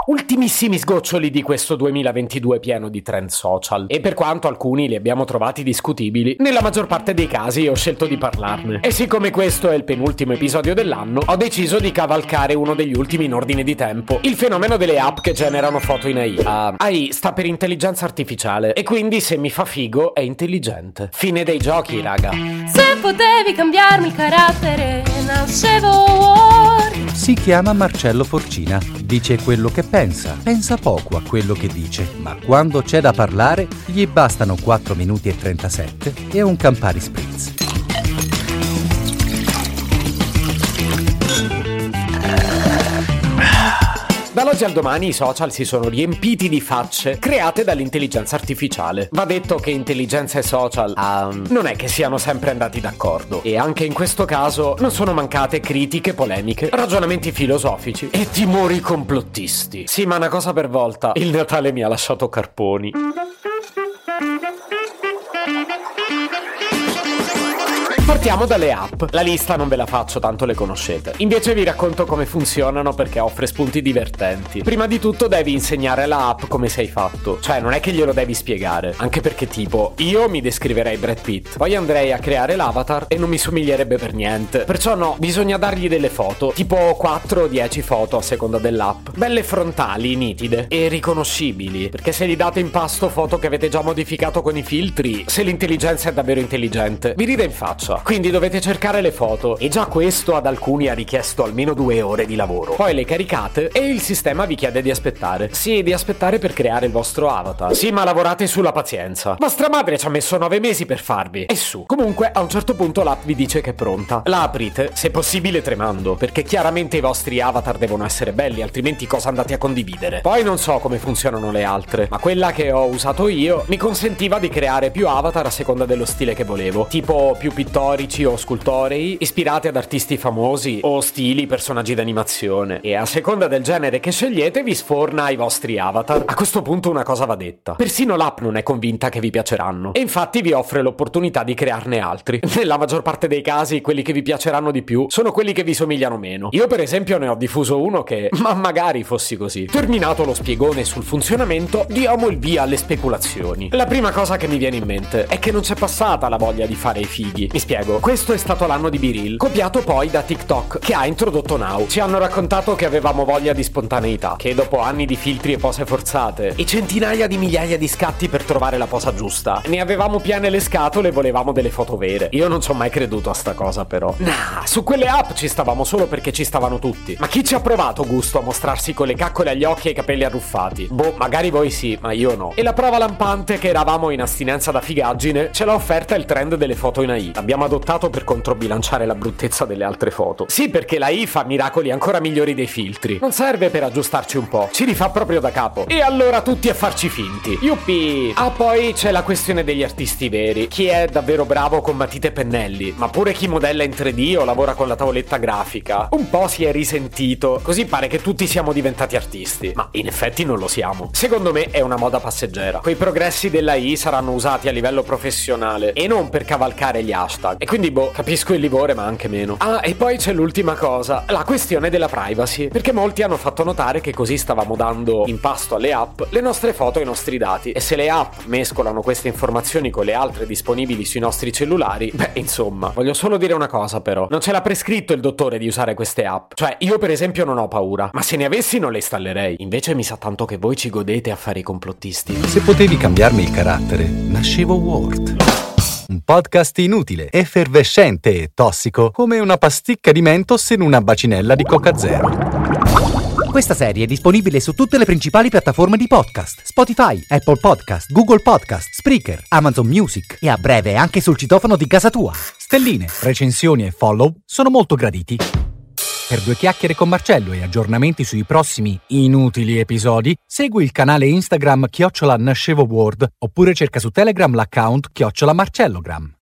Ultimissimi sgoccioli di questo 2022 pieno di trend social, e per quanto alcuni li abbiamo trovati discutibili, nella maggior parte dei casi ho scelto di parlarne. E siccome questo è il penultimo episodio dell'anno, ho deciso di cavalcare uno degli ultimi in ordine di tempo: il fenomeno delle app che generano foto in AI. AI sta per intelligenza artificiale, e quindi se mi fa figo è intelligente. Fine dei giochi, raga. Se potevi cambiarmi il carattere, nascevo Word. Si chiama Marcello Forcina, dice quello che pensa poco a quello che dice, ma quando c'è da parlare gli bastano 4 minuti e 37 e un Campari Spritz. Dall'oggi al domani i social si sono riempiti di facce create dall'intelligenza artificiale. Va detto che intelligenza e social non è che siano sempre andati d'accordo, e anche in questo caso non sono mancate critiche polemiche, ragionamenti filosofici e timori complottisti. Sì, ma una cosa per volta: il Natale mi ha lasciato carponi. Partiamo dalle app. La lista non ve la faccio, tanto le conoscete. Invece vi racconto come funzionano, perché offre spunti divertenti. Prima di tutto devi insegnare alla app come sei fatto. Cioè, non è che glielo devi spiegare. Anche perché, tipo, io mi descriverei Brad Pitt, poi andrei a creare l'avatar e non mi somiglierebbe per niente. Perciò no, bisogna dargli delle foto, tipo 4 o 10 foto a seconda dell'app. Belle frontali, nitide e riconoscibili. Perché se gli date in pasto foto che avete già modificato con i filtri, se l'intelligenza è davvero intelligente, vi ride in faccia. Quindi dovete cercare le foto, e già questo ad alcuni ha richiesto almeno 2 ore di lavoro. Poi le caricate e il sistema vi chiede di aspettare. Sì, di aspettare per creare il vostro avatar. Sì, ma lavorate sulla pazienza. Vostra madre ci ha messo 9 mesi per farvi. E su. Comunque, a un certo punto l'app vi dice che è pronta. La aprite, se possibile tremando, perché chiaramente i vostri avatar devono essere belli, altrimenti cosa andate a condividere? Poi non so come funzionano le altre, ma quella che ho usato io mi consentiva di creare più avatar a seconda dello stile che volevo, tipo più pittorici o scultorei, ispirati ad artisti famosi, o stili personaggi d'animazione, e a seconda del genere che scegliete vi sforna i vostri avatar. A questo punto una cosa va detta: persino l'app non è convinta che vi piaceranno, e infatti vi offre l'opportunità di crearne altri. Nella maggior parte dei casi quelli che vi piaceranno di più sono quelli che vi somigliano meno. Io per esempio ne ho diffuso uno che, ma magari fossi così. Terminato lo spiegone sul funzionamento, diamo il via alle speculazioni. La prima cosa che mi viene in mente è che non c'è passata la voglia di fare i fighi. Mi spiego. Questo è stato l'anno di BeReal, copiato poi da TikTok, che ha introdotto Now. Ci hanno raccontato che avevamo voglia di spontaneità, che dopo anni di filtri e pose forzate e centinaia di migliaia di scatti per trovare la posa giusta, ne avevamo piene le scatole e volevamo delle foto vere. Io non ci ho mai creduto a sta cosa, però. Nah, su quelle app ci stavamo solo perché ci stavano tutti. Ma chi ci ha provato gusto a mostrarsi con le caccole agli occhi e i capelli arruffati? Boh, magari voi sì, ma io no. E la prova lampante che eravamo in astinenza da figaggine ce l'ha offerta il trend delle foto in AI. Abbiamo adottato per controbilanciare la bruttezza delle altre foto. Sì, perché la AI fa miracoli ancora migliori dei filtri. Non serve per aggiustarci un po', ci rifà proprio da capo. E allora tutti a farci finti. Yuppi! Ah, poi c'è la questione degli artisti veri. Chi è davvero bravo con matite e pennelli, ma pure chi modella in 3D o lavora con la tavoletta grafica. Un po' si è risentito, così pare che tutti siamo diventati artisti, ma in effetti non lo siamo. Secondo me è una moda passeggera. Quei progressi dell'AI saranno usati a livello professionale e non per cavalcare gli hashtag. E quindi capisco il livore, ma anche meno. Ah, e poi c'è l'ultima cosa, la questione della privacy, perché molti hanno fatto notare che così stavamo dando in pasto alle app le nostre foto e i nostri dati, e se le app mescolano queste informazioni con le altre disponibili sui nostri cellulari, beh, insomma, voglio solo dire una cosa però: non ce l'ha prescritto il dottore di usare queste app. Cioè, io per esempio non ho paura, ma se ne avessi non le installerei. Invece mi sa tanto che voi ci godete a fare i complottisti. Se potevi cambiarmi il carattere, nascevo Word. Un podcast inutile, effervescente e tossico, come una pasticca di Mentos in una bacinella di Coca Zero. Questa serie è disponibile su tutte le principali piattaforme di podcast: Spotify, Apple Podcast, Google Podcast, Spreaker, Amazon Music e a breve anche sul citofono di casa tua. Stelline, recensioni e follow sono molto graditi. Per 2 chiacchiere con Marcello e aggiornamenti sui prossimi inutili episodi, segui il canale Instagram @NascevoWord oppure cerca su Telegram l'account @MarcelloGram.